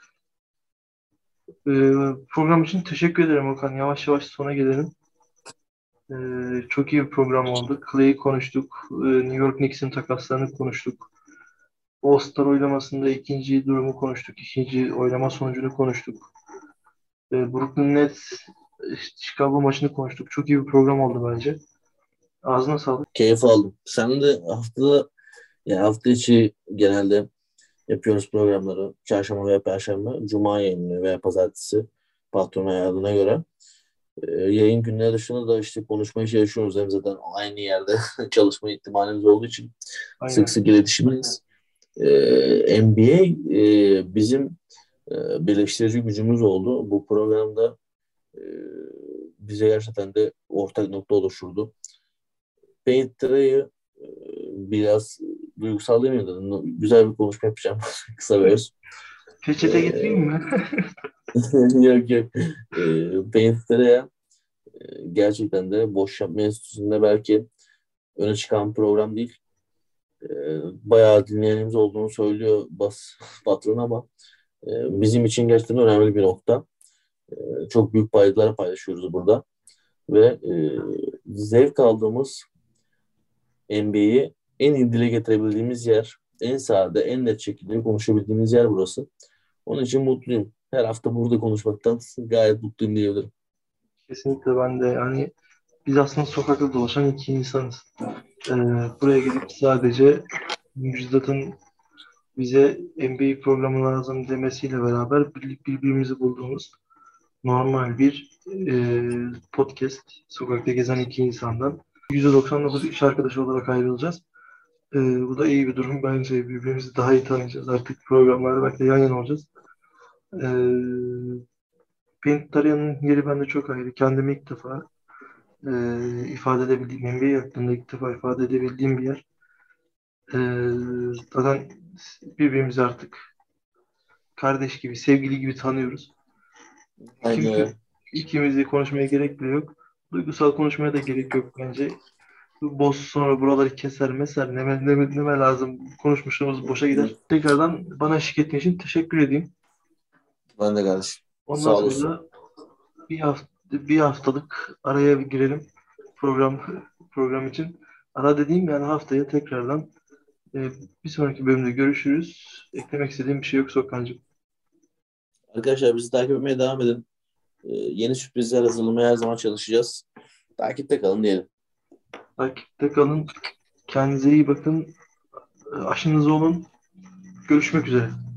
Program için teşekkür ederim Okan. Yavaş yavaş sona gelelim. Çok iyi bir program oldu. Clay'i konuştuk. New York Knicks'in takaslarını konuştuk. All-Star oylamasında ikinci durumu konuştuk. İkinci oylama sonucunu konuştuk. Brooklyn Nets Chicago maçını konuştuk. Çok iyi bir program oldu bence. Ağzına sağlık. Keyif aldım. Sen de haftada, yani hafta içi genelde yapıyoruz programları. Çarşamba veya Perşembe. Cuma yayınlıyor veya Pazartesi patron ayarına göre. Yayın günleri dışında da işte konuşma işi yaşıyoruz. Hem zaten aynı yerde çalışma ihtimalimiz olduğu için sık Aynen. sık iletişimdeyiz. NBA bizim birleştirici gücümüz oldu. Bu programda e, bize gerçekten de ortak nokta oluşturdu. Paint Tray'ı biraz duygusal demeyeyim de güzel bir konuşma yapacağım kısa ve öz. Peçete getireyim E, mi? yok yok. Paint Tray'a gerçekten de Boş Yapma Enstitüsü'nde belki öne çıkan bir program değil. Bayağı dinleyenimiz olduğunu söylüyor patron ama bizim için gerçekten önemli bir nokta. Çok büyük paydalar paylaşıyoruz burada ve zevk aldığımız NBA'yi en iyi dile getirebildiğimiz yer, en sade, en net şekilde konuşabildiğimiz yer burası. Onun için mutluyum. Her hafta burada konuşmaktan gayet mutluyum diyebilirim. Kesinlikle ben de yani biz aslında sokakta dolaşan iki insanız. Ee, Buraya gelip sadece Müjdat'ın bize NBA programı lazım demesiyle beraber birbirimizi bulduğumuz normal bir podcast. Sokakta gezen iki insandan. %99 iş arkadaşı olarak ayrılacağız. Bu da iyi bir durum bence. Birbirimizi daha iyi tanıyacağız. Artık programlarda belki de yan yana olacağız. Paint yeri bende çok ayrı. Kendimi ilk defa ifade edebildiğim, NBA hakkında ilk defa ifade edebildiğim bir yer. Zaten birbirimizi artık kardeş gibi, sevgili gibi tanıyoruz. Aynen İkimizi, öyle. ikimizi konuşmaya gerek bile yok. Duygusal konuşmaya da gerek yok bence. Boss sonra buraları keser meser neme lazım. Konuşmuşluğumuz boşa gider. Tekrardan bana eşlik ettiğin için teşekkür edeyim. Ben de kardeşim. Ondan Sağ olasın. sonra bir haftalık araya bir girelim program için. Ara dediğim yani haftaya tekrardan E, Bir sonraki bölümde görüşürüz. Eklemek istediğim bir şey yoksa Okan'cığım. Arkadaşlar bizi takip etmeye devam edin. Yeni sürprizler hazırlamaya her zaman çalışacağız. Takipte kalın diyelim. Takipte kalın. Kendinize iyi bakın. Aşınız olun. Görüşmek üzere.